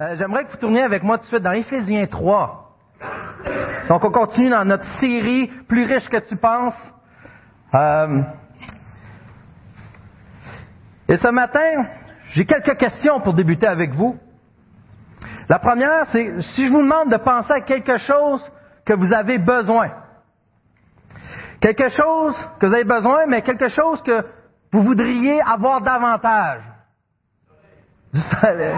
J'aimerais que vous tourniez avec moi tout de suite dans Éphésiens 3. Donc, on continue dans notre série « Plus riche que tu penses ». Et ce matin, j'ai quelques questions pour débuter avec vous. La première, c'est si je vous demande de penser à quelque chose que vous avez besoin. Quelque chose que vous avez besoin, mais quelque chose que vous voudriez avoir davantage. Du soleil.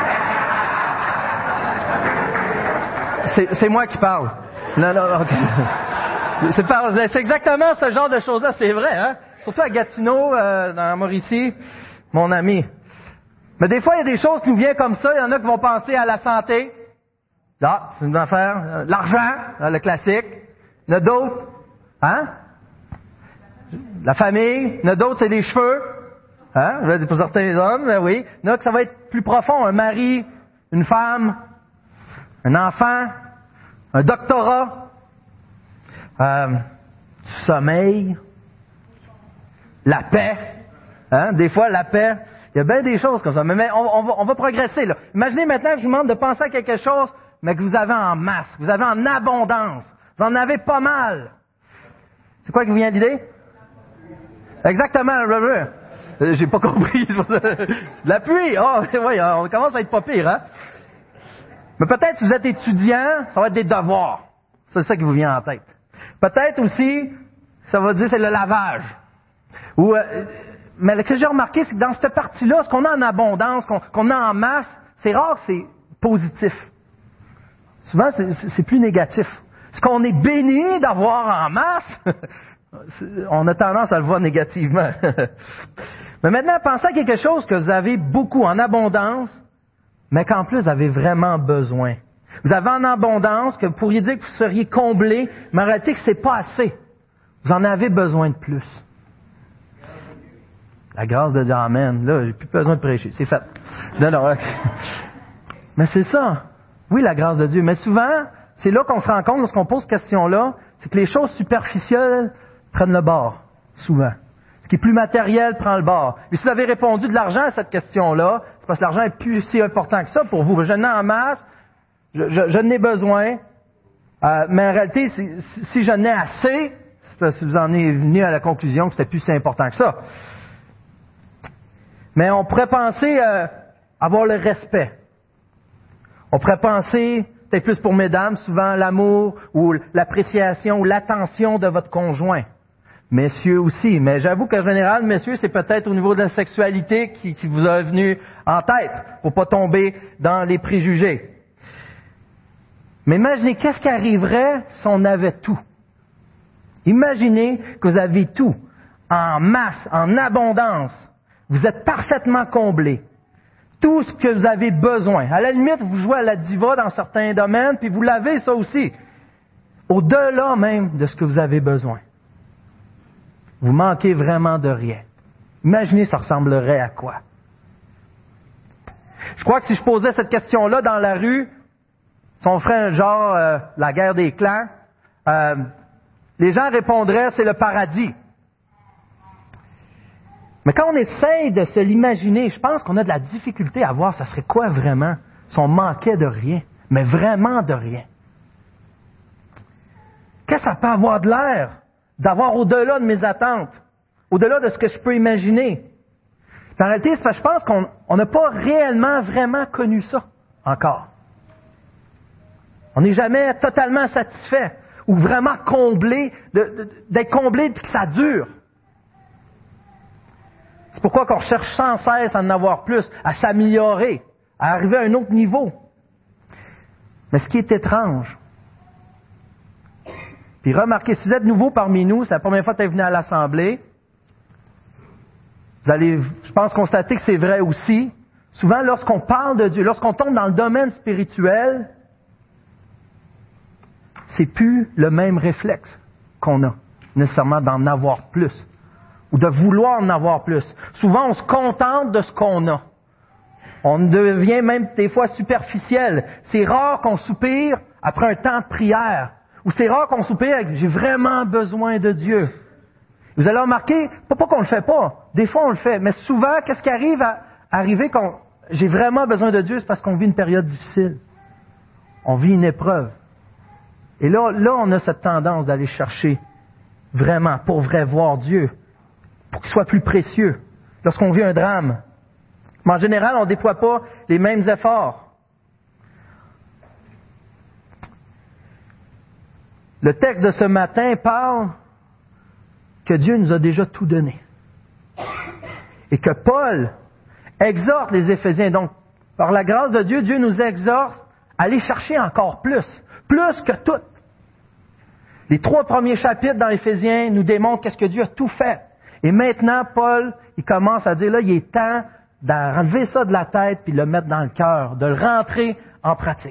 C'est moi qui parle. Non, okay. C'est exactement ce genre de choses-là, c'est vrai, hein? Surtout à Gatineau, dans Mauricie, mon ami. Mais des fois, il y a des choses qui nous viennent comme ça. Il y en a qui vont penser à la santé. Ah, c'est une affaire. L'argent, le classique. Il y en a d'autres. Hein? La famille. Il y en a d'autres, c'est les cheveux. Hein? Je vais dire pour certains hommes, mais oui. Il y en a que ça va être plus profond. Un mari, une femme, un enfant, un doctorat, du sommeil, la paix. Hein? Des fois, la paix. Il y a bien des choses comme ça. Mais on va progresser, là. Imaginez maintenant que je vous demande de penser à quelque chose, mais que vous avez en masse, vous avez en abondance. Vous en avez pas mal. C'est quoi qui vous vient d'idée? Exactement. J'ai pas compris. La pluie. Oh, oui, on commence à être pas pire, hein? Mais peut-être si vous êtes étudiant, ça va être des devoirs. C'est ça qui vous vient en tête. Peut-être aussi, ça va dire c'est le lavage. Ou mais ce que j'ai remarqué, c'est que dans cette partie-là, ce qu'on a en abondance, qu'on a en masse, c'est rare que c'est positif. Souvent, c'est plus négatif. Ce qu'on est béni d'avoir en masse, on a tendance à le voir négativement. Mais maintenant, pensez à quelque chose que vous avez beaucoup en abondance, mais qu'en plus, vous avez vraiment besoin. Vous avez en abondance, que vous pourriez dire que vous seriez comblé, mais en réalité que c'est pas assez. Vous en avez besoin de plus. La grâce de Dieu, amen. Là, j'ai plus besoin de prêcher. C'est fait. Non. Mais c'est ça. Oui, la grâce de Dieu. Mais souvent, c'est là qu'on se rend compte, lorsqu'on pose cette question-là, c'est que les choses superficielles prennent le bord. Souvent. Ce qui est plus matériel prend le bord. Et si vous avez répondu de l'argent à cette question-là, c'est parce que l'argent est plus si important que ça pour vous. Je n'ai en masse, je n'ai besoin. Mais en réalité, si je n'ai assez, c'est parce que vous en êtes venu à la conclusion que c'était plus si important que ça. Mais on pourrait penser avoir le respect. On pourrait penser, peut-être plus pour mesdames, souvent l'amour ou l'appréciation ou l'attention de votre conjoint. Messieurs aussi. Mais j'avoue qu'en général, messieurs, c'est peut-être au niveau de la sexualité qui vous a venu en tête, pour pas tomber dans les préjugés. Mais imaginez, qu'est-ce qui arriverait si on avait tout? Imaginez que vous avez tout, en masse, en abondance. Vous êtes parfaitement comblé. Tout ce que vous avez besoin. À la limite, vous jouez à la diva dans certains domaines, puis vous l'avez ça aussi. Au-delà même de ce que vous avez besoin. Vous manquez vraiment de rien. Imaginez, ça ressemblerait à quoi? Je crois que si je posais cette question-là dans la rue, si on ferait un genre la guerre des clans, les gens répondraient c'est le paradis. Mais quand on essaye de se l'imaginer, je pense qu'on a de la difficulté à voir ça serait quoi vraiment si on manquait de rien, mais vraiment de rien. Qu'est-ce que ça peut avoir de l'air d'avoir au-delà de mes attentes, au-delà de ce que je peux imaginer? En réalité, c'est parce que je pense qu'on n'a pas réellement, vraiment connu ça encore. On n'est jamais totalement satisfait ou vraiment comblé, d'être comblé et que ça dure. C'est pourquoi qu'on cherche sans cesse à en avoir plus, à s'améliorer, à arriver à un autre niveau. Mais ce qui est étrange, puis remarquez, si vous êtes nouveau parmi nous, c'est la première fois que vous êtes venu à l'Assemblée, vous allez, je pense, constater que c'est vrai aussi. Souvent, lorsqu'on parle de Dieu, lorsqu'on tombe dans le domaine spirituel, c'est plus le même réflexe qu'on a, nécessairement d'en avoir plus. Ou de vouloir en avoir plus. Souvent, on se contente de ce qu'on a. On devient même des fois superficiel. C'est rare qu'on soupire après un temps de prière. Ou c'est rare qu'on soupire avec « j'ai vraiment besoin de Dieu ». Vous allez remarquer, pas qu'on ne le fait pas. Des fois, on le fait. Mais souvent, qu'est-ce qui arrive à arriver j'ai vraiment besoin de Dieu, c'est parce qu'on vit une période difficile. On vit une épreuve. Et là, on a cette tendance d'aller chercher vraiment, pour vrai, voir Dieu, pour qu'il soit plus précieux lorsqu'on vit un drame. Mais en général, on ne déploie pas les mêmes efforts. Le texte de ce matin parle que Dieu nous a déjà tout donné. Et que Paul exhorte les Éphésiens. Donc, par la grâce de Dieu, Dieu nous exhorte à aller chercher encore plus que tout. Les 3 premiers chapitres dans Éphésiens nous démontrent qu'est-ce que Dieu a tout fait. Et maintenant, Paul, il commence à dire, là, il est temps d'enlever ça de la tête puis de le mettre dans le cœur, de le rentrer en pratique.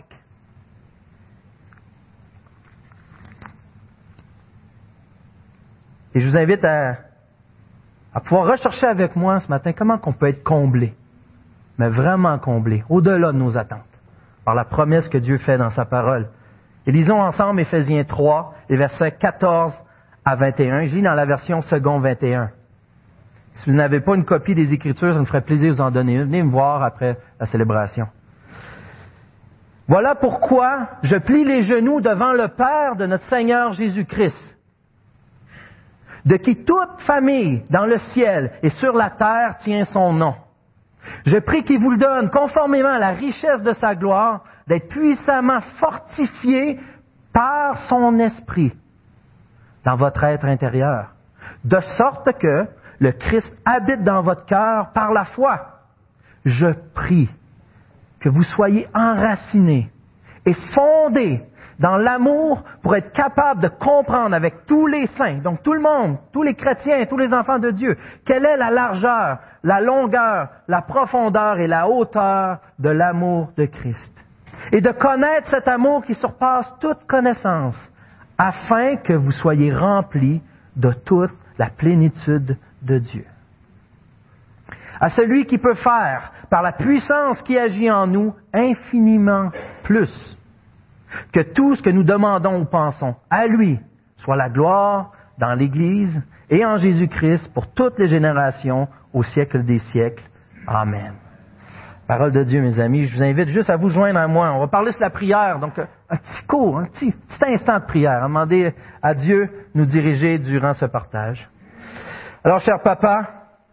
Et je vous invite à pouvoir rechercher avec moi ce matin comment on peut être comblé, mais vraiment comblé, au-delà de nos attentes, par la promesse que Dieu fait dans sa parole. Et lisons ensemble Éphésiens 3, les versets 14 à 21. Je lis dans la version second 21. Si vous n'avez pas une copie des Écritures, ça me ferait plaisir de vous en donner une. Venez me voir après la célébration. Voilà pourquoi je plie les genoux devant le Père de notre Seigneur Jésus-Christ, de qui toute famille dans le ciel et sur la terre tient son nom. Je prie qu'il vous le donne, conformément à la richesse de sa gloire, d'être puissamment fortifié par son esprit dans votre être intérieur, de sorte que le Christ habite dans votre cœur par la foi. Je prie que vous soyez enracinés et fondés dans l'amour pour être capable de comprendre avec tous les saints, donc tout le monde, tous les chrétiens, tous les enfants de Dieu, quelle est la largeur, la longueur, la profondeur et la hauteur de l'amour de Christ. Et de connaître cet amour qui surpasse toute connaissance, afin que vous soyez remplis de toute la plénitude de Dieu. À celui qui peut faire, par la puissance qui agit en nous, infiniment plus que tout ce que nous demandons ou pensons. À lui soit la gloire dans l'Église et en Jésus-Christ pour toutes les générations, au siècle des siècles. Amen. Parole de Dieu, mes amis. Je vous invite juste à vous joindre à moi. On va parler sur la prière. Donc, un petit cours, un petit instant de prière. À demander à Dieu de nous diriger durant ce partage. Alors, cher papa,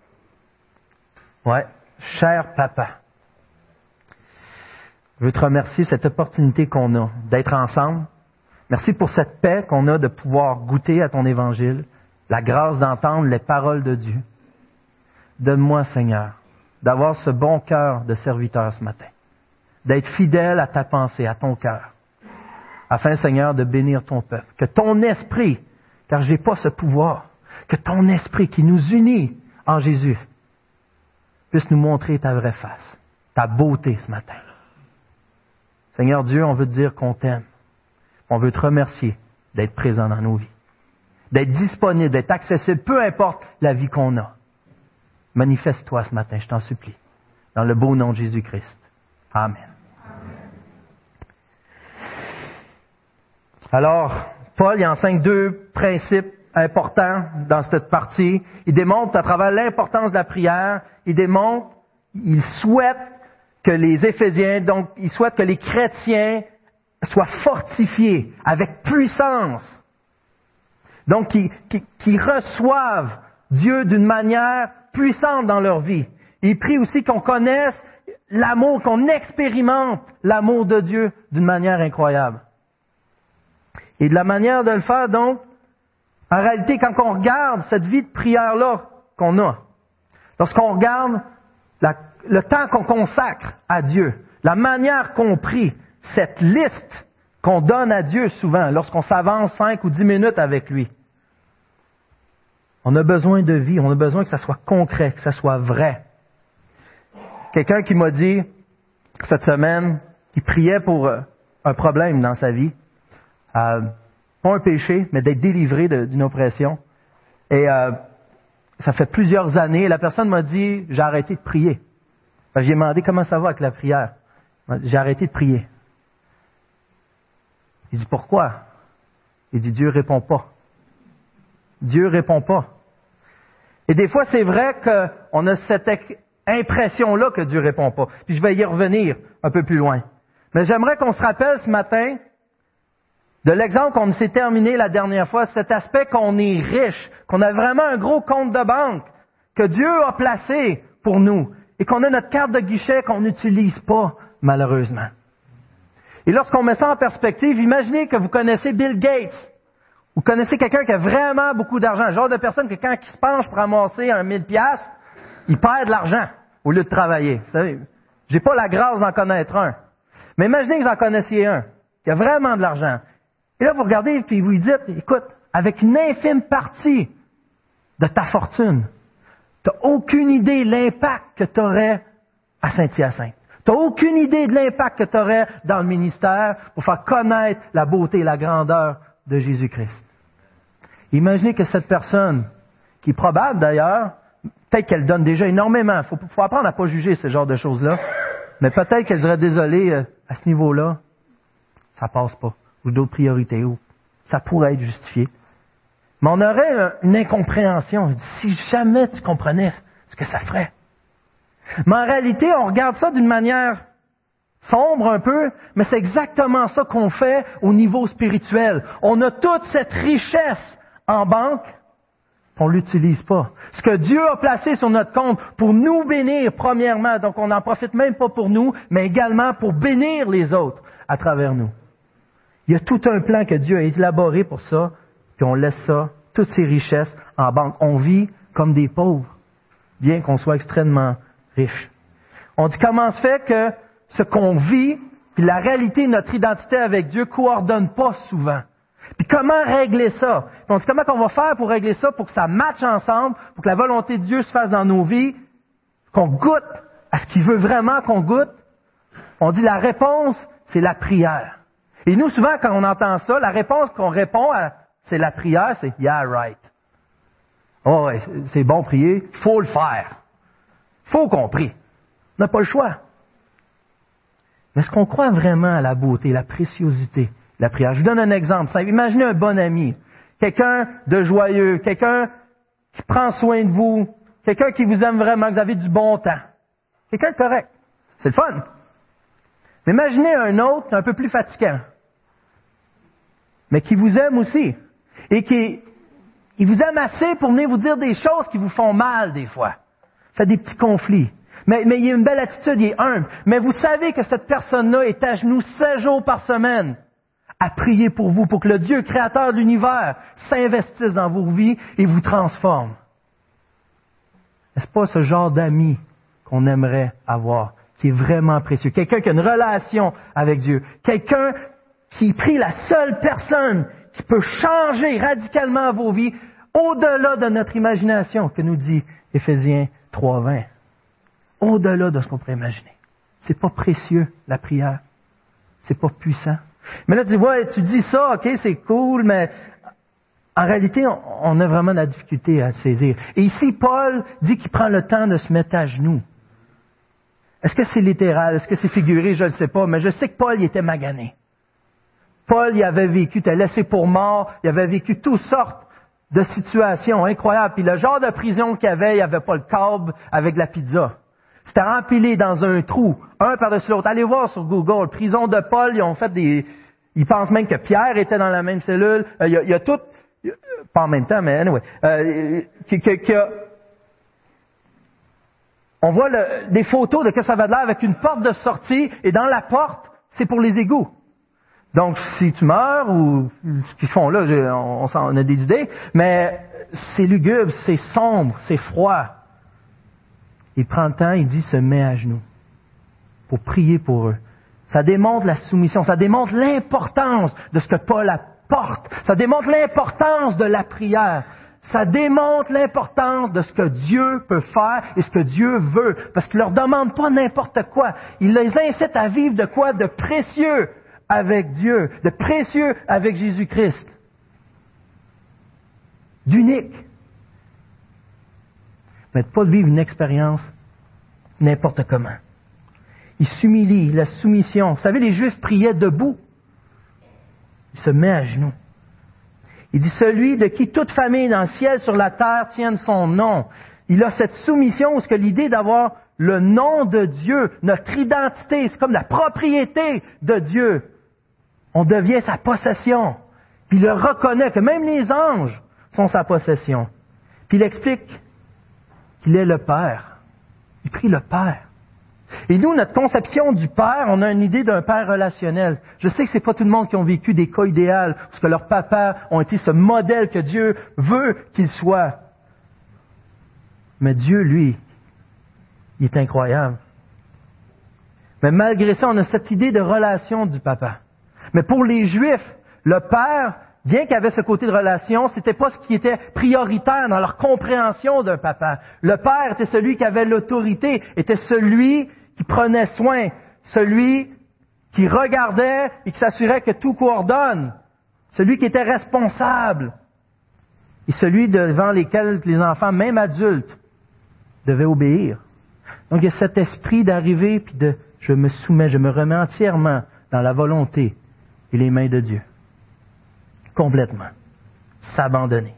cher papa, je veux te remercier de cette opportunité qu'on a d'être ensemble. Merci pour cette paix qu'on a de pouvoir goûter à ton évangile, la grâce d'entendre les paroles de Dieu. Donne-moi, Seigneur, d'avoir ce bon cœur de serviteur ce matin, d'être fidèle à ta pensée, à ton cœur, afin, Seigneur, de bénir ton peuple. Que ton esprit, car je n'ai pas ce pouvoir, que ton esprit qui nous unit en Jésus puisse nous montrer ta vraie face, ta beauté ce matin. Seigneur Dieu, on veut te dire qu'on t'aime. On veut te remercier d'être présent dans nos vies, d'être disponible, d'être accessible, peu importe la vie qu'on a. Manifeste-toi ce matin, je t'en supplie, dans le beau nom de Jésus-Christ. Amen. Alors, Paul il enseigne 2 principes importants dans cette partie. Il démontre à travers l'importance de la prière, il souhaite que les Éphésiens, donc il souhaite que les chrétiens soient fortifiés avec puissance. Donc, qui reçoivent Dieu d'une manière puissante dans leur vie. Il prie aussi qu'on connaisse l'amour, qu'on expérimente l'amour de Dieu d'une manière incroyable. Et de la manière de le faire, donc, en réalité, quand on regarde cette vie de prière-là qu'on a, lorsqu'on regarde le temps qu'on consacre à Dieu, la manière qu'on prie, cette liste qu'on donne à Dieu souvent, lorsqu'on s'avance 5 ou 10 minutes avec lui, on a besoin de vie, on a besoin que ça soit concret, que ça soit vrai. Quelqu'un qui m'a dit cette semaine qu'il priait pour un problème dans sa vie, pas un péché, mais d'être délivré d'une oppression. Et ça fait plusieurs années, la personne m'a dit, j'ai arrêté de prier. J'ai demandé comment ça va avec la prière. J'ai arrêté de prier. Il dit, pourquoi? Il dit, Dieu répond pas. Dieu répond pas. Et des fois, c'est vrai qu'on a impression-là que Dieu répond pas. Puis je vais y revenir un peu plus loin. Mais j'aimerais qu'on se rappelle ce matin de l'exemple qu'on s'est terminé la dernière fois, cet aspect qu'on est riche, qu'on a vraiment un gros compte de banque que Dieu a placé pour nous et qu'on a notre carte de guichet qu'on n'utilise pas, malheureusement. Et lorsqu'on met ça en perspective, imaginez que vous connaissez Bill Gates. Vous connaissez quelqu'un qui a vraiment beaucoup d'argent, le genre de personne que quand il se penche pour ramasser un 1000$, il perd de l'argent au lieu de travailler. Vous savez, j'ai pas la grâce d'en connaître un. Mais imaginez que vous en connaissiez un, qui a vraiment de l'argent. Et là, vous regardez et vous lui dites, écoute, avec une infime partie de ta fortune, tu n'as aucune idée de l'impact que tu aurais à Saint-Hyacinthe. Tu n'as aucune idée de l'impact que tu aurais dans le ministère pour faire connaître la beauté et la grandeur de Jésus-Christ. Imaginez que cette personne, qui est probable d'ailleurs, peut-être qu'elle donne déjà énormément. Il faut apprendre à ne pas juger ce genre de choses-là. Mais peut-être qu'elle serait désolée à ce niveau-là. Ça passe pas. Ou d'autres priorités. Ou ça pourrait être justifié. Mais on aurait une incompréhension. Si jamais tu comprenais ce que ça ferait. Mais en réalité, on regarde ça d'une manière sombre un peu, mais c'est exactement ça qu'on fait au niveau spirituel. On a toute cette richesse en banque, on ne l'utilise pas. Ce que Dieu a placé sur notre compte pour nous bénir, premièrement, donc on n'en profite même pas pour nous, mais également pour bénir les autres à travers nous. Il y a tout un plan que Dieu a élaboré pour ça, puis on laisse ça, toutes ces richesses en banque. On vit comme des pauvres, bien qu'on soit extrêmement riches. On dit comment se fait que ce qu'on vit, puis la réalité de notre identité avec Dieu coordonne pas souvent. Puis comment régler ça? Puis on dit comment on va faire pour régler ça, pour que ça matche ensemble, pour que la volonté de Dieu se fasse dans nos vies, qu'on goûte à ce qu'il veut vraiment qu'on goûte? On dit la réponse, c'est la prière. Et nous, souvent, quand on entend ça, la réponse qu'on répond à, c'est la prière, c'est « yeah, right ». Oh, ouais, c'est bon prier, il faut le faire. Il faut qu'on prie. On n'a pas le choix. Mais est-ce qu'on croit vraiment à la beauté, la préciosité de la prière? Je vous donne un exemple. Imaginez un bon ami, quelqu'un de joyeux, quelqu'un qui prend soin de vous, quelqu'un qui vous aime vraiment, que vous avez du bon temps. Quelqu'un de correct. C'est le fun. Mais imaginez un autre un peu plus fatigant, mais qui vous aime aussi. Et il vous aime assez pour venir vous dire des choses qui vous font mal des fois. Ça fait des petits conflits. Mais il a une belle attitude, il est humble. Mais vous savez que cette personne-là est à genoux 7 jours par semaine à prier pour vous, pour que le Dieu créateur de l'univers s'investisse dans vos vies et vous transforme. N'est-ce pas ce genre d'ami qu'on aimerait avoir, qui est vraiment précieux? Quelqu'un qui a une relation avec Dieu. Quelqu'un qui prie la seule personne qui peut changer radicalement vos vies au-delà de notre imagination, que nous dit Éphésiens 3:20. Au-delà de ce qu'on pourrait imaginer. C'est pas précieux, la prière. C'est pas puissant. Mais là, tu dis ça, ok, c'est cool, mais en réalité, on a vraiment de la difficulté à le saisir. Et ici, Paul dit qu'il prend le temps de se mettre à genoux. Est-ce que c'est littéral? Est-ce que c'est figuré? Je ne sais pas, mais je sais que Paul, il était magané. Paul, il avait vécu, il était laissé pour mort, il avait vécu toutes sortes de situations incroyables. Puis le genre de prison qu'il y avait, il n'y avait pas le câble avec la pizza. C'était empilé dans un trou, un par-dessus l'autre. Allez voir sur Google, prison de Paul, ils ont fait des... Ils pensent même que Pierre était dans la même cellule. Il y a tout... Pas en même temps, mais anyway. On voit des photos de que ça va de l'air avec une porte de sortie, et dans la porte, c'est pour les égouts. Donc, si tu meurs, ou ce qu'ils font là, on a des idées, mais c'est lugubre, c'est sombre, c'est froid. Il prend le temps, il dit, se met à genoux pour prier pour eux. Ça démontre la soumission, ça démontre l'importance de ce que Paul apporte, ça démontre l'importance de la prière, ça démontre l'importance de ce que Dieu peut faire et ce que Dieu veut, parce qu'il ne leur demande pas n'importe quoi. Il les incite à vivre de quoi? De précieux avec Dieu, de précieux avec Jésus-Christ, d'unique. Mais pas de vivre une expérience n'importe comment. Il s'humilie, la soumission. Vous savez, les Juifs priaient debout. Il se met à genoux. Il dit, celui de qui toute famille dans le ciel, sur la terre, tienne son nom. Il a cette soumission, parce que l'idée d'avoir le nom de Dieu, notre identité, c'est comme la propriété de Dieu. On devient sa possession. Puis il le reconnaît que même les anges sont sa possession. Puis il explique qu'il est le Père. Il prie le Père. Et nous, notre conception du Père, on a une idée d'un Père relationnel. Je sais que c'est pas tout le monde qui ont vécu des cas idéaux, parce que leurs papas ont été ce modèle que Dieu veut qu'ils soient. Mais Dieu, lui, il est incroyable. Mais malgré ça, on a cette idée de relation du papa. Mais pour les Juifs, le Père, bien qu'il y avait ce côté de relation, c'était pas ce qui était prioritaire dans leur compréhension d'un papa. Le Père était celui qui avait l'autorité, était celui qui prenait soin, celui qui regardait et qui s'assurait que tout coordonne, celui qui était responsable et celui devant lesquels les enfants, même adultes, devaient obéir. Donc il y a cet esprit d'arriver puis de je me soumets, je me remets entièrement dans la volonté et les mains de Dieu. Complètement. S'abandonner.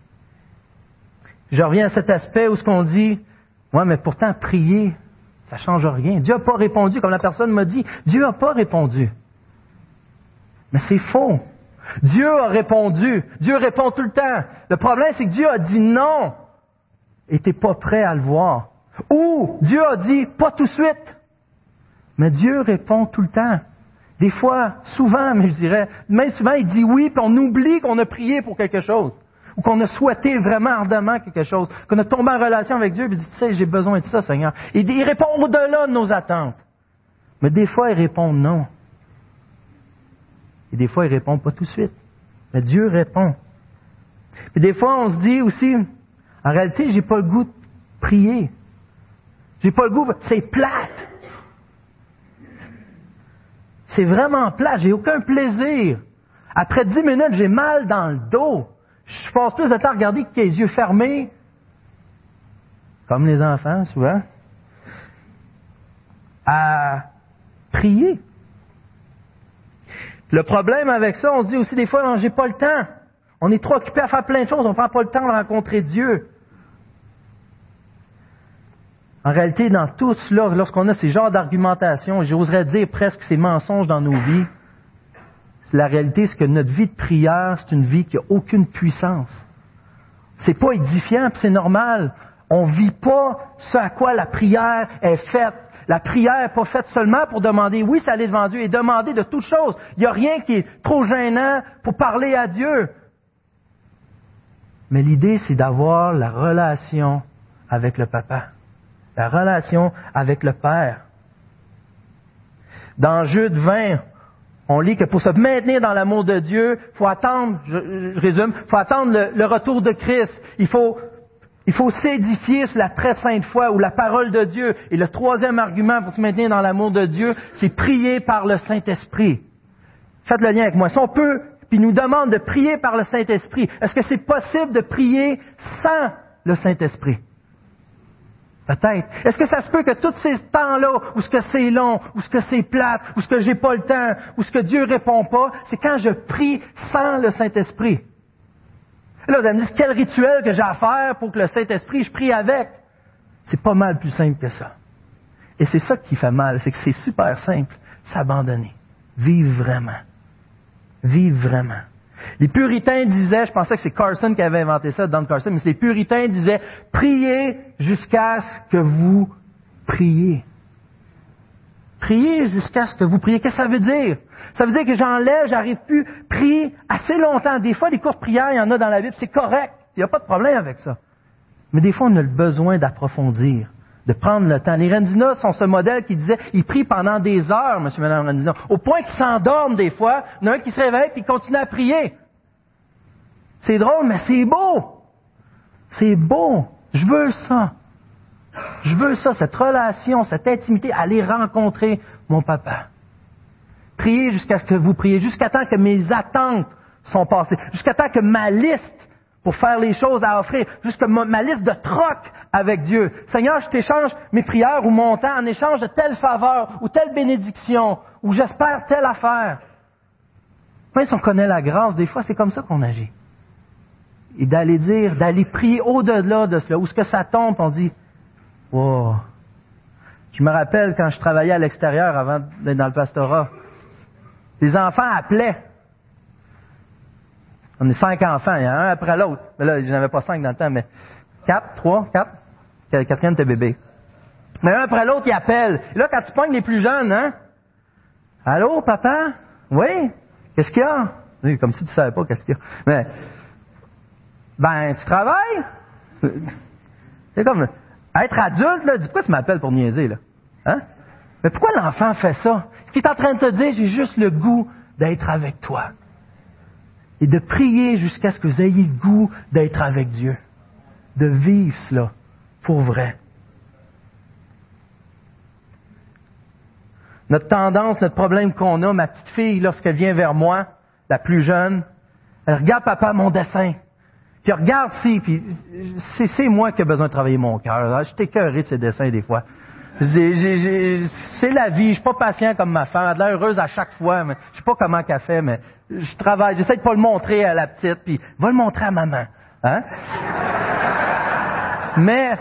Je reviens à cet aspect où ce qu'on dit, ouais, mais pourtant prier, ça change rien. Dieu n'a pas répondu, comme la personne m'a dit. Dieu n'a pas répondu. Mais c'est faux. Dieu a répondu. Dieu répond tout le temps. Le problème, c'est que Dieu a dit non. Et tu n'es pas prêt à le voir. Ou Dieu a dit pas tout de suite. Mais Dieu répond tout le temps. Des fois, souvent, mais je dirais, même souvent, il dit oui, puis on oublie qu'on a prié pour quelque chose. Ou qu'on a souhaité vraiment ardemment quelque chose. Qu'on a tombé en relation avec Dieu, puis dit, tu sais, j'ai besoin de ça, Seigneur. Et il répond au-delà de nos attentes. Mais des fois, il répond non. Et des fois, il répond pas tout de suite. Mais Dieu répond. Puis des fois, on se dit aussi, en réalité, j'ai pas le goût de prier. J'ai pas le goût, c'est plate. C'est vraiment plate, j'ai aucun plaisir. Après 10 minutes, j'ai mal dans le dos. Je passe plus de temps à regarder qui a les yeux fermés, comme les enfants, souvent, à prier. Le problème avec ça, on se dit aussi des fois, non, j'ai pas le temps. On est trop occupé à faire plein de choses, on ne prend pas le temps de rencontrer Dieu. En réalité, dans tout cela, lorsqu'on a ces genres d'argumentation, j'oserais dire presque ces mensonges dans nos vies, la réalité, c'est que notre vie de prière, c'est une vie qui n'a aucune puissance. C'est pas édifiant, puis c'est normal. On vit pas ce à quoi la prière est faite. La prière n'est pas faite seulement pour demander, oui, c'est aller devant Dieu, et demander de toutes choses. Il n'y a rien qui est trop gênant pour parler à Dieu. Mais l'idée, c'est d'avoir la relation avec le Papa. La relation avec le Père. Dans Jude 20, on lit que pour se maintenir dans l'amour de Dieu, il faut attendre, je résume, il faut attendre le retour de Christ. Il faut s'édifier sur la très sainte foi ou la parole de Dieu. Et le troisième argument pour se maintenir dans l'amour de Dieu, c'est prier par le Saint-Esprit. Faites le lien avec moi. Si on peut, puis il nous demande de prier par le Saint-Esprit, est-ce que c'est possible de prier sans le Saint-Esprit? Peut-être. Est-ce que ça se peut que tous ces temps-là, où ce que c'est long, où ce que c'est plate, où ce que j'ai pas le temps, où ce que Dieu répond pas, c'est quand je prie sans le Saint-Esprit? Là, vous allez me dire, quel rituel que j'ai à faire pour que le Saint-Esprit, je prie avec? C'est pas mal plus simple que ça. Et c'est ça qui fait mal, c'est que c'est super simple. S'abandonner. Vivre vraiment. Vivre vraiment. Les puritains disaient, je pensais que c'est Carson qui avait inventé ça, Don Carson, mais les puritains disaient, priez jusqu'à ce que vous priez. Priez jusqu'à ce que vous priez. Qu'est-ce que ça veut dire? Ça veut dire que j'arrive plus prier assez longtemps. Des fois, les courtes prières, il y en a dans la Bible, c'est correct. Il n'y a pas de problème avec ça. Mais des fois, on a le besoin d'approfondir, de prendre le temps. Les Rendina sont ce modèle qui disait, ils prient pendant des heures, monsieur et madame Rendina, au point qu'ils s'endorment des fois. Il y en a un qui se réveille et qui continue à prier. C'est drôle, mais c'est beau. C'est beau. Je veux ça. Je veux ça, cette relation, cette intimité, aller rencontrer mon papa. Priez jusqu'à ce que vous priez, jusqu'à temps que mes attentes sont passées, jusqu'à temps que ma liste pour faire les choses à offrir, jusqu'à ma liste de troc avec Dieu. Seigneur, je t'échange mes prières ou mon temps en échange de telle faveur ou telle bénédiction ou j'espère telle affaire. Même si on connaît la grâce, des fois c'est comme ça qu'on agit. Et d'aller prier au-delà de cela, où ce que ça tombe, on dit, wow, Je me rappelle quand je travaillais à l'extérieur avant d'être dans le pastorat. Les enfants appelaient. On est 5 enfants, il y en a un après l'autre. Mais là, je n'avais pas 5 dans le temps, mais 4, 3, 4. Le quatrième était bébé. Mais un après l'autre, ils appellent. Et là, quand tu pognes les plus jeunes, hein? Allô, papa? Oui? Qu'est-ce qu'il y a? Oui, comme si tu savais pas qu'est-ce qu'il y a. Mais, ben, tu travailles? C'est comme, être adulte, là, dis pourquoi tu m'appelles pour niaiser, là? Hein? Mais pourquoi l'enfant fait ça? Ce qu'il est en train de te dire, j'ai juste le goût d'être avec toi. Et de prier jusqu'à ce que vous ayez le goût d'être avec Dieu. De vivre cela pour vrai. Notre tendance, notre problème qu'on a, ma petite fille, lorsqu'elle vient vers moi, la plus jeune, elle regarde papa mon dessin. Puis elle regarde ci, puis c'est moi qui ai besoin de travailler mon cœur. Je suis écœuré de ces dessins des fois. C'est la vie, je suis pas patient comme ma femme, elle a l'air heureuse à chaque fois, mais je sais pas comment qu'elle fait, mais je travaille, j'essaie de pas le montrer à la petite, puis va le montrer à maman. Hein? Mais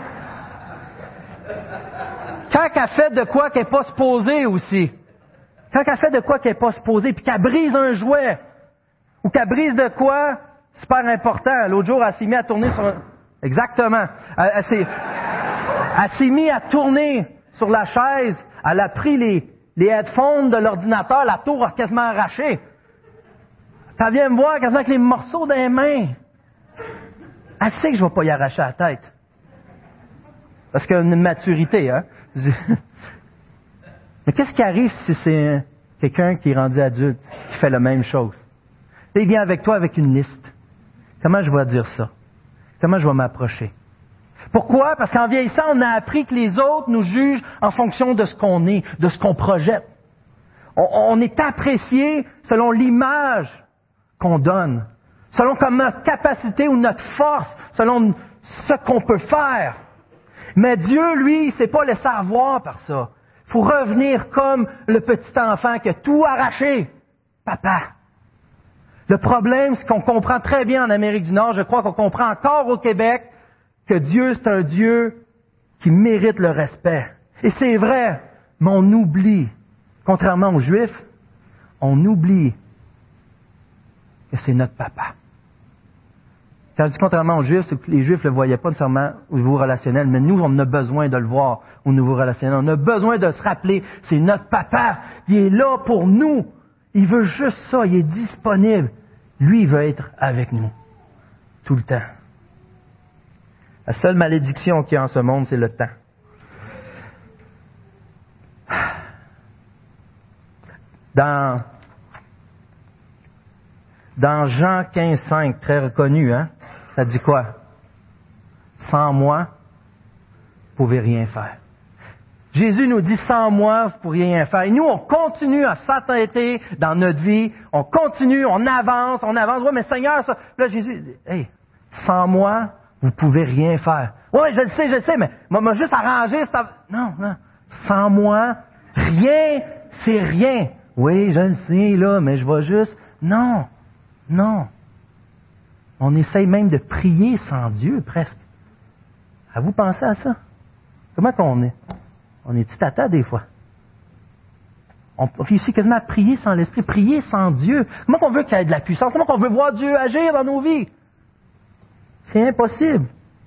quand elle fait de quoi qu'elle n'est pas supposée aussi, quand elle fait de quoi qu'elle n'est pas supposée, puis qu'elle brise un jouet, ou qu'elle brise de quoi, super important. L'autre jour, elle s'est mise à tourner sur... Exactement. Elle s'est mise à tourner sur la chaise. Elle a pris les headphones de l'ordinateur. La tour a quasiment arraché. Elle vient me voir quasiment avec les morceaux dans les mains. Elle sait que je ne vais pas y arracher la tête. Parce qu'il y a une maturité, hein. Mais qu'est-ce qui arrive si c'est quelqu'un qui est rendu adulte, qui fait la même chose? Là, il vient avec toi avec une liste. Comment je vais dire ça? Comment je vais m'approcher? Pourquoi? Parce qu'en vieillissant, on a appris que les autres nous jugent en fonction de ce qu'on est, de ce qu'on projette. On est apprécié selon l'image qu'on donne, selon comme notre capacité ou notre force, selon ce qu'on peut faire. Mais Dieu, lui, il ne s'est pas laissé avoir par ça. Il faut revenir comme le petit enfant qui a tout arraché. Papa. Le problème, c'est qu'on comprend très bien en Amérique du Nord, je crois qu'on comprend encore au Québec, que Dieu, c'est un Dieu qui mérite le respect. Et c'est vrai, mais on oublie, contrairement aux Juifs, on oublie que c'est notre papa. Quand je dis contrairement aux Juifs, c'est que les Juifs ne le voyaient pas nécessairement au niveau relationnel, mais nous, on a besoin de le voir au niveau relationnel. On a besoin de se rappeler, c'est notre papa, il est là pour nous. Il veut juste ça, il est disponible. Lui, il veut être avec nous, tout le temps. La seule malédiction qu'il y a en ce monde, c'est le temps. Dans Jean 15,5, très reconnu, hein, ça dit quoi? Sans moi, vous ne pouvez rien faire. Jésus nous dit, sans moi, vous ne pourriez rien faire. Et nous, on continue à s'entêter dans notre vie. On continue, on avance. Ouais, mais Seigneur, ça... Là, Jésus dit, hey, sans moi, vous ne pouvez rien faire. Ouais, je le sais, mais m'a juste arrangé. Non. Sans moi, rien, c'est rien. Oui, je le sais, là, mais je vais juste... Non. On essaye même de prier sans Dieu, presque. Avez-vous pensé à ça? Comment qu'on est? On est tata des fois. On réussit quasiment à prier sans l'Esprit, prier sans Dieu. Comment qu'on veut qu'il y ait de la puissance? Comment qu'on veut voir Dieu agir dans nos vies? C'est impossible.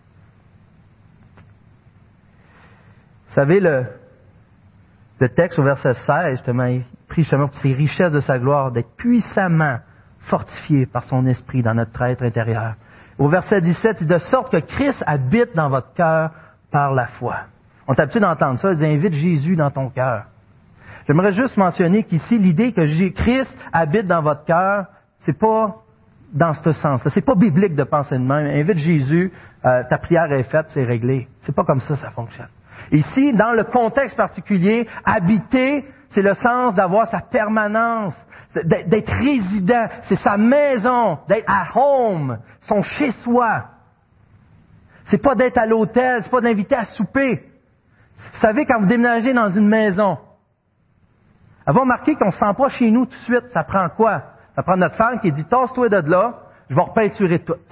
Vous savez, le texte au verset 16, justement, il prie justement pour ces richesses de sa gloire, d'être puissamment fortifié par son Esprit dans notre être intérieur. Au verset 17, il dit de sorte que Christ habite dans votre cœur par la foi. On est habitué d'entendre ça, il dit invite Jésus dans ton cœur. J'aimerais juste mentionner qu'ici, l'idée que Christ habite dans votre cœur, c'est pas dans ce sens-là. C'est pas biblique de penser de même. Invite Jésus, ta prière est faite, c'est réglé. C'est pas comme ça fonctionne. Ici, dans le contexte particulier, habiter, c'est le sens d'avoir sa permanence, d'être résident, c'est sa maison, d'être à home, son chez-soi. C'est pas d'être à l'hôtel, c'est pas d'inviter à souper. Vous savez, quand vous déménagez dans une maison, avez-vous remarqué qu'on ne se sent pas chez nous tout de suite? Ça prend quoi? Ça prend notre femme qui dit « Tasse-toi de là, je vais repeinturer tout. »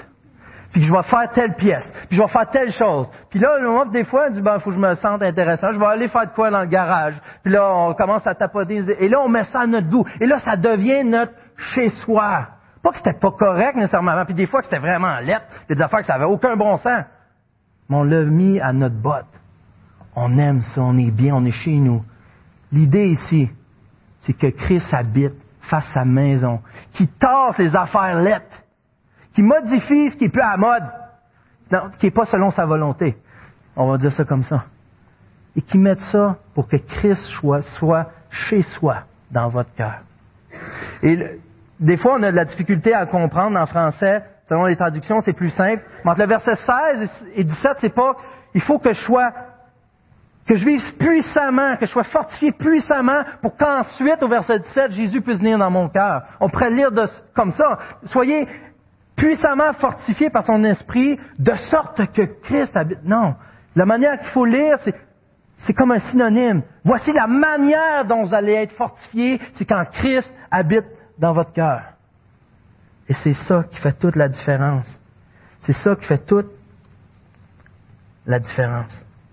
Puis que je vais faire telle pièce. Puis je vais faire telle chose. Puis là, des fois, on dit, il faut que je me sente intéressant. Je vais aller faire de quoi dans le garage. Puis là, on commence à tapoter. Et là, on met ça à notre goût. Et là, ça devient notre chez-soi. Pas que c'était pas correct nécessairement. Puis des fois, que c'était vraiment lettre. Des affaires que ça avait aucun bon sens. Mais on l'a mis à notre botte. On aime ça. On est bien. On est chez nous. L'idée ici, c'est que Christ habite, fasse sa maison. Qui tasse les affaires lettres. Qui modifie ce qui est plus à la mode, qui n'est pas selon sa volonté. On va dire ça comme ça. Et qui mette ça pour que Christ soit chez soi, dans votre cœur. Et des fois, on a de la difficulté à comprendre en français, selon les traductions, c'est plus simple. Mais entre le verset 16 et 17, c'est pas, il faut que je vive puissamment, que je sois fortifié puissamment pour qu'ensuite, au verset 17, Jésus puisse venir dans mon cœur. On pourrait lire comme ça. Soyez puissamment fortifié par son esprit, de sorte que Christ habite. Non. La manière qu'il faut lire, c'est comme un synonyme. Voici la manière dont vous allez être fortifié, c'est quand Christ habite dans votre cœur. Et c'est ça qui fait toute la différence. C'est ça qui fait toute la différence.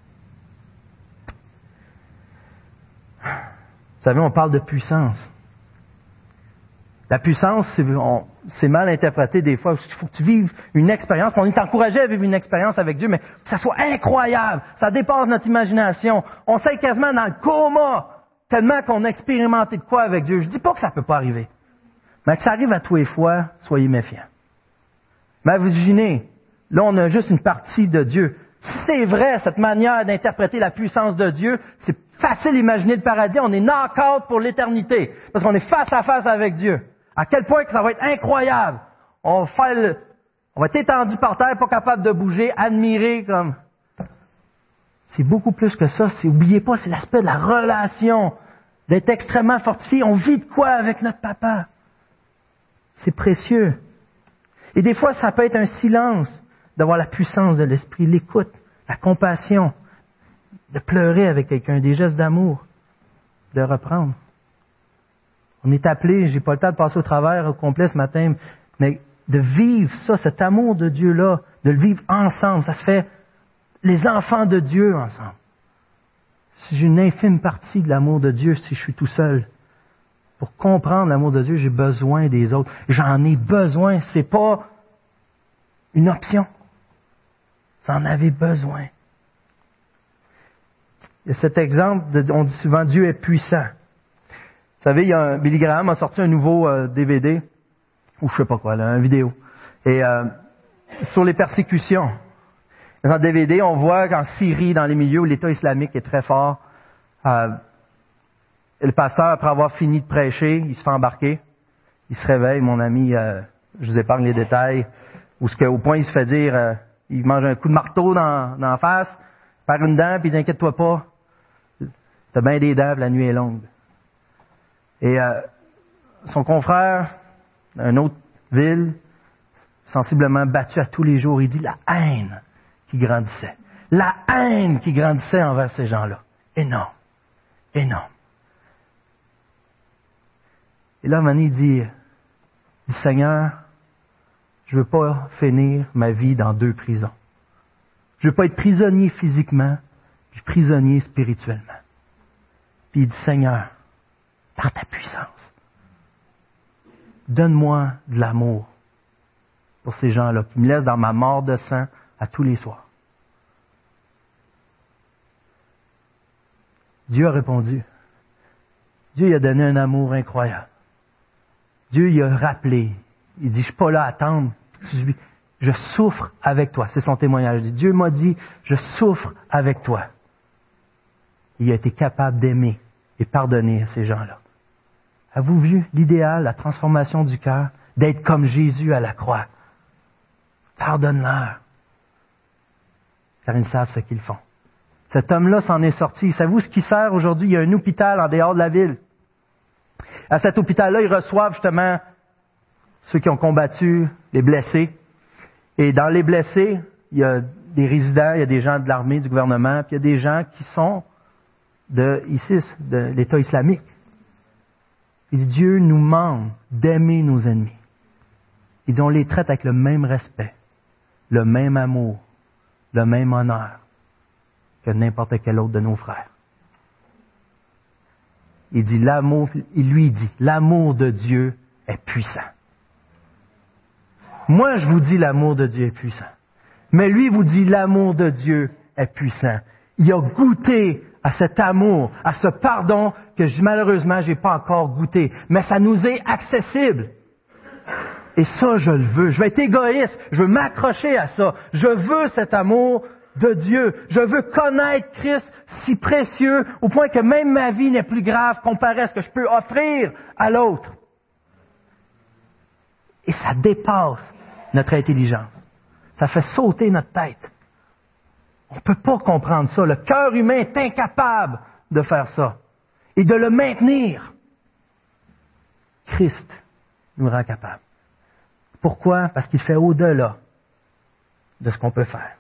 Vous savez, on parle de puissance. La puissance, c'est mal interprété des fois. Il faut que tu vives une expérience. On est encouragé à vivre une expérience avec Dieu, mais que ça soit incroyable. Ça dépasse notre imagination. On s'est quasiment dans le coma, tellement qu'on a expérimenté de quoi avec Dieu. Je dis pas que ça peut pas arriver. Mais que ça arrive à tous les fois, soyez méfiants. Mais imaginez, là on a juste une partie de Dieu. Si c'est vrai, cette manière d'interpréter la puissance de Dieu, c'est facile d'imaginer le paradis. On est knock-out pour l'éternité. Parce qu'on est face à face avec Dieu. À quel point que ça va être incroyable. On va être étendu par terre, pas capable de bouger, admirer comme... C'est beaucoup plus que ça. Oubliez pas, c'est l'aspect de la relation. D'être extrêmement fortifié. On vit de quoi avec notre papa? C'est précieux. Et des fois, ça peut être un silence d'avoir la puissance de l'esprit, l'écoute, la compassion, de pleurer avec quelqu'un, des gestes d'amour, de reprendre. On est appelé, j'ai pas le temps de passer au travers au complet ce matin, mais de vivre ça, cet amour de Dieu-là, de le vivre ensemble. Ça se fait les enfants de Dieu ensemble. Si j'ai une infime partie de l'amour de Dieu, si je suis tout seul, pour comprendre l'amour de Dieu, j'ai besoin des autres. J'en ai besoin. C'est pas une option. Vous en avez besoin. Il y a cet exemple, on dit souvent Dieu est puissant. Vous savez, Billy Graham a sorti un nouveau DVD, ou je sais pas quoi, une vidéo, et sur les persécutions. Dans le DVD, on voit qu'en Syrie, dans les milieux où l'État islamique est très fort, le pasteur, après avoir fini de prêcher, il se fait embarquer. Il se réveille, mon ami, je vous épargne les détails, au point il se fait dire, il mange un coup de marteau dans la face, perd une dent, puis il dit, inquiète-toi pas, t'as bien des dents, la nuit est longue. Et son confrère, d'une autre ville, sensiblement battu à tous les jours, il dit la haine qui grandissait. La haine qui grandissait envers ces gens-là. Énorme. Énorme. Et là, Mané dit, Seigneur, je veux pas finir ma vie dans 2 prisons. Je veux pas être prisonnier physiquement, puis prisonnier spirituellement. Puis il dit, Seigneur, par ta puissance, donne-moi de l'amour pour ces gens-là, qui me laissent dans ma mort de sang à tous les soirs. Dieu a répondu. Dieu lui a donné un amour incroyable. Dieu lui a rappelé. Il dit, je suis pas là à attendre. Je souffre avec toi. C'est son témoignage. Il dit, Dieu m'a dit, je souffre avec toi. Il a été capable d'aimer et pardonner à ces gens-là. Avez-vous vu l'idéal, la transformation du cœur, d'être comme Jésus à la croix? Pardonne-leur, car ils savent ce qu'ils font. Cet homme-là s'en est sorti. Savez-vous ce qui sert aujourd'hui? Il y a un hôpital en dehors de la ville. À cet hôpital-là, ils reçoivent justement ceux qui ont combattu, les blessés. Et dans les blessés, il y a des résidents, il y a des gens de l'armée, du gouvernement, puis il y a des gens qui sont de ISIS, de l'État islamique. Il dit, Dieu nous demande d'aimer nos ennemis. Il dit, on les traite avec le même respect, le même amour, le même honneur que n'importe quel autre de nos frères. Il lui dit, l'amour de Dieu est puissant. Moi, je vous dis l'amour de Dieu est puissant. Mais lui vous dit l'amour de Dieu est puissant. Il a goûté à cet amour, à ce pardon que malheureusement, j'ai pas encore goûté. Mais ça nous est accessible. Et ça, je le veux. Je vais être égoïste. Je veux m'accrocher à ça. Je veux cet amour de Dieu. Je veux connaître Christ si précieux au point que même ma vie n'est plus grave comparée à ce que je peux offrir à l'autre. Et ça dépasse notre intelligence. Ça fait sauter notre tête. On ne peut pas comprendre ça. Le cœur humain est incapable de faire ça et de le maintenir. Christ nous rend capable. Pourquoi? Parce qu'il fait au-delà de ce qu'on peut faire.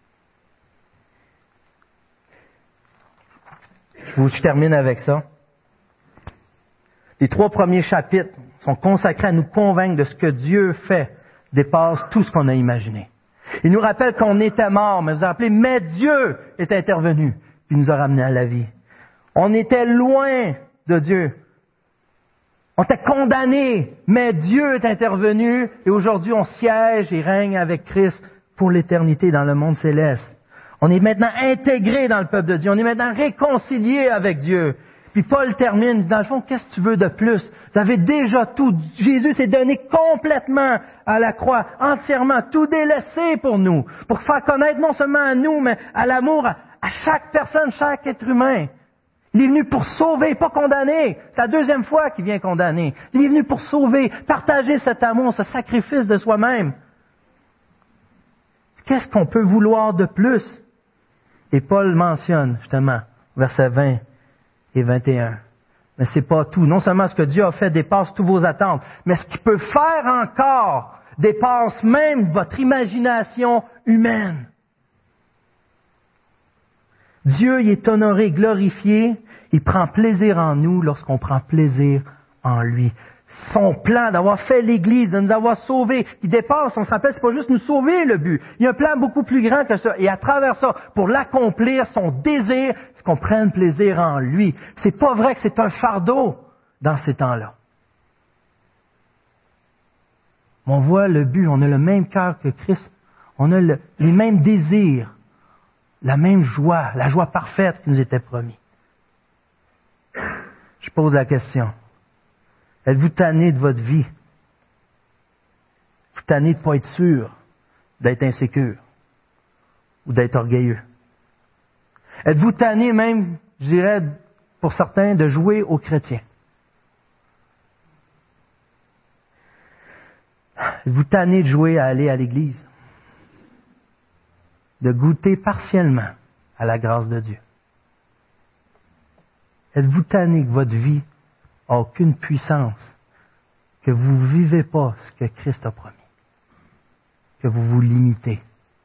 Je termine avec ça. Les 3 premiers chapitres sont consacrés à nous convaincre de ce que Dieu fait dépasse tout ce qu'on a imaginé. Il nous rappelle qu'on était mort, mais vous vous rappelez, mais Dieu est intervenu, puis nous a ramenés à la vie. On était loin de Dieu. On était condamnés, mais Dieu est intervenu, et aujourd'hui on siège et règne avec Christ pour l'éternité dans le monde céleste. On est maintenant intégré dans le peuple de Dieu. On est maintenant réconcilié avec Dieu. Puis Paul termine, il dit, dans le fond, qu'est-ce que tu veux de plus? Vous avez déjà tout. Jésus s'est donné complètement à la croix, entièrement, tout délaissé pour nous, pour faire connaître non seulement à nous, mais à l'amour à chaque personne, chaque être humain. Il est venu pour sauver, pas condamner. C'est la 2e fois qu'il vient condamner. Il est venu pour sauver, partager cet amour, ce sacrifice de soi-même. Qu'est-ce qu'on peut vouloir de plus? Et Paul mentionne, justement, versets 20 et 21. Mais c'est pas tout. Non seulement ce que Dieu a fait dépasse toutes vos attentes, mais ce qu'il peut faire encore dépasse même votre imagination humaine. Dieu, il est honoré, glorifié. Il prend plaisir en nous lorsqu'on prend plaisir en lui. Son plan d'avoir fait l'Église, de nous avoir sauvés, qui dépasse, on se rappelle, c'est pas juste nous sauver le but. Il y a un plan beaucoup plus grand que ça. Et à travers ça, pour l'accomplir, son désir, c'est qu'on prenne plaisir en lui. C'est pas vrai que c'est un fardeau dans ces temps-là. On voit le but, on a le même cœur que Christ, on a les mêmes désirs, la même joie, la joie parfaite qui nous était promise. Je pose la question. Êtes-vous tanné de votre vie? Êtes-vous tanné de ne pas être sûr, d'être insécure ou d'être orgueilleux? Êtes-vous tanné même, je dirais, pour certains, de jouer aux chrétiens? Êtes-vous tanné de jouer à aller à l'église? De goûter partiellement à la grâce de Dieu? Êtes-vous tanné que votre vie n'a aucune puissance, que vous ne vivez pas ce que Christ a promis, que vous vous limitez?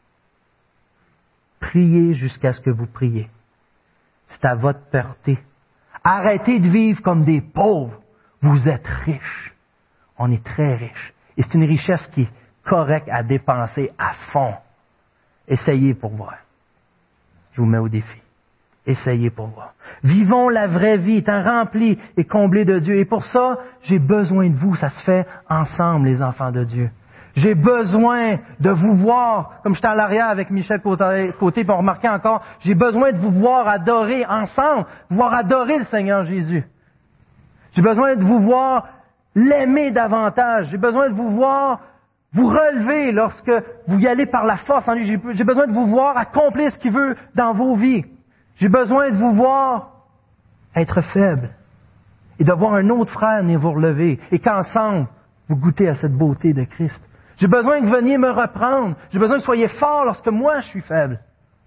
Priez jusqu'à ce que vous priez. C'est à votre portée. Arrêtez de vivre comme des pauvres. Vous êtes riches. On est très riches. Et c'est une richesse qui est correcte à dépenser à fond. Essayez pour voir. Je vous mets au défi. Essayez pour voir. Vivons la vraie vie, étant remplis et comblés de Dieu. Et pour ça, j'ai besoin de vous. Ça se fait ensemble, les enfants de Dieu. J'ai besoin de vous voir, comme j'étais à l'arrière avec Michel Côté, puis on remarquait encore, j'ai besoin de vous voir adorer ensemble, voir adorer le Seigneur Jésus. J'ai besoin de vous voir l'aimer davantage. J'ai besoin de vous voir vous relever lorsque vous y allez par la force en lui. J'ai besoin de vous voir accomplir ce qu'il veut dans vos vies. J'ai besoin de vous voir être faible et de voir un autre frère venir vous relever et qu'ensemble, vous goûtez à cette beauté de Christ. J'ai besoin que vous veniez me reprendre. J'ai besoin que vous soyez forts lorsque moi je suis faible.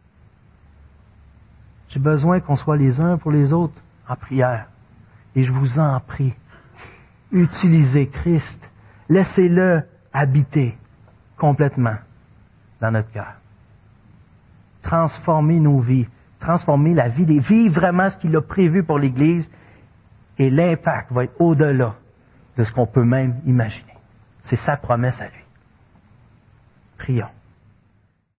J'ai besoin qu'on soit les uns pour les autres en prière. Et je vous en prie, utilisez Christ. Laissez-le habiter complètement dans notre cœur. Transformez nos vies. Transformer la vie, vivre vraiment ce qu'il a prévu pour l'Église, et l'impact va être au-delà de ce qu'on peut même imaginer. C'est sa promesse à lui. Prions.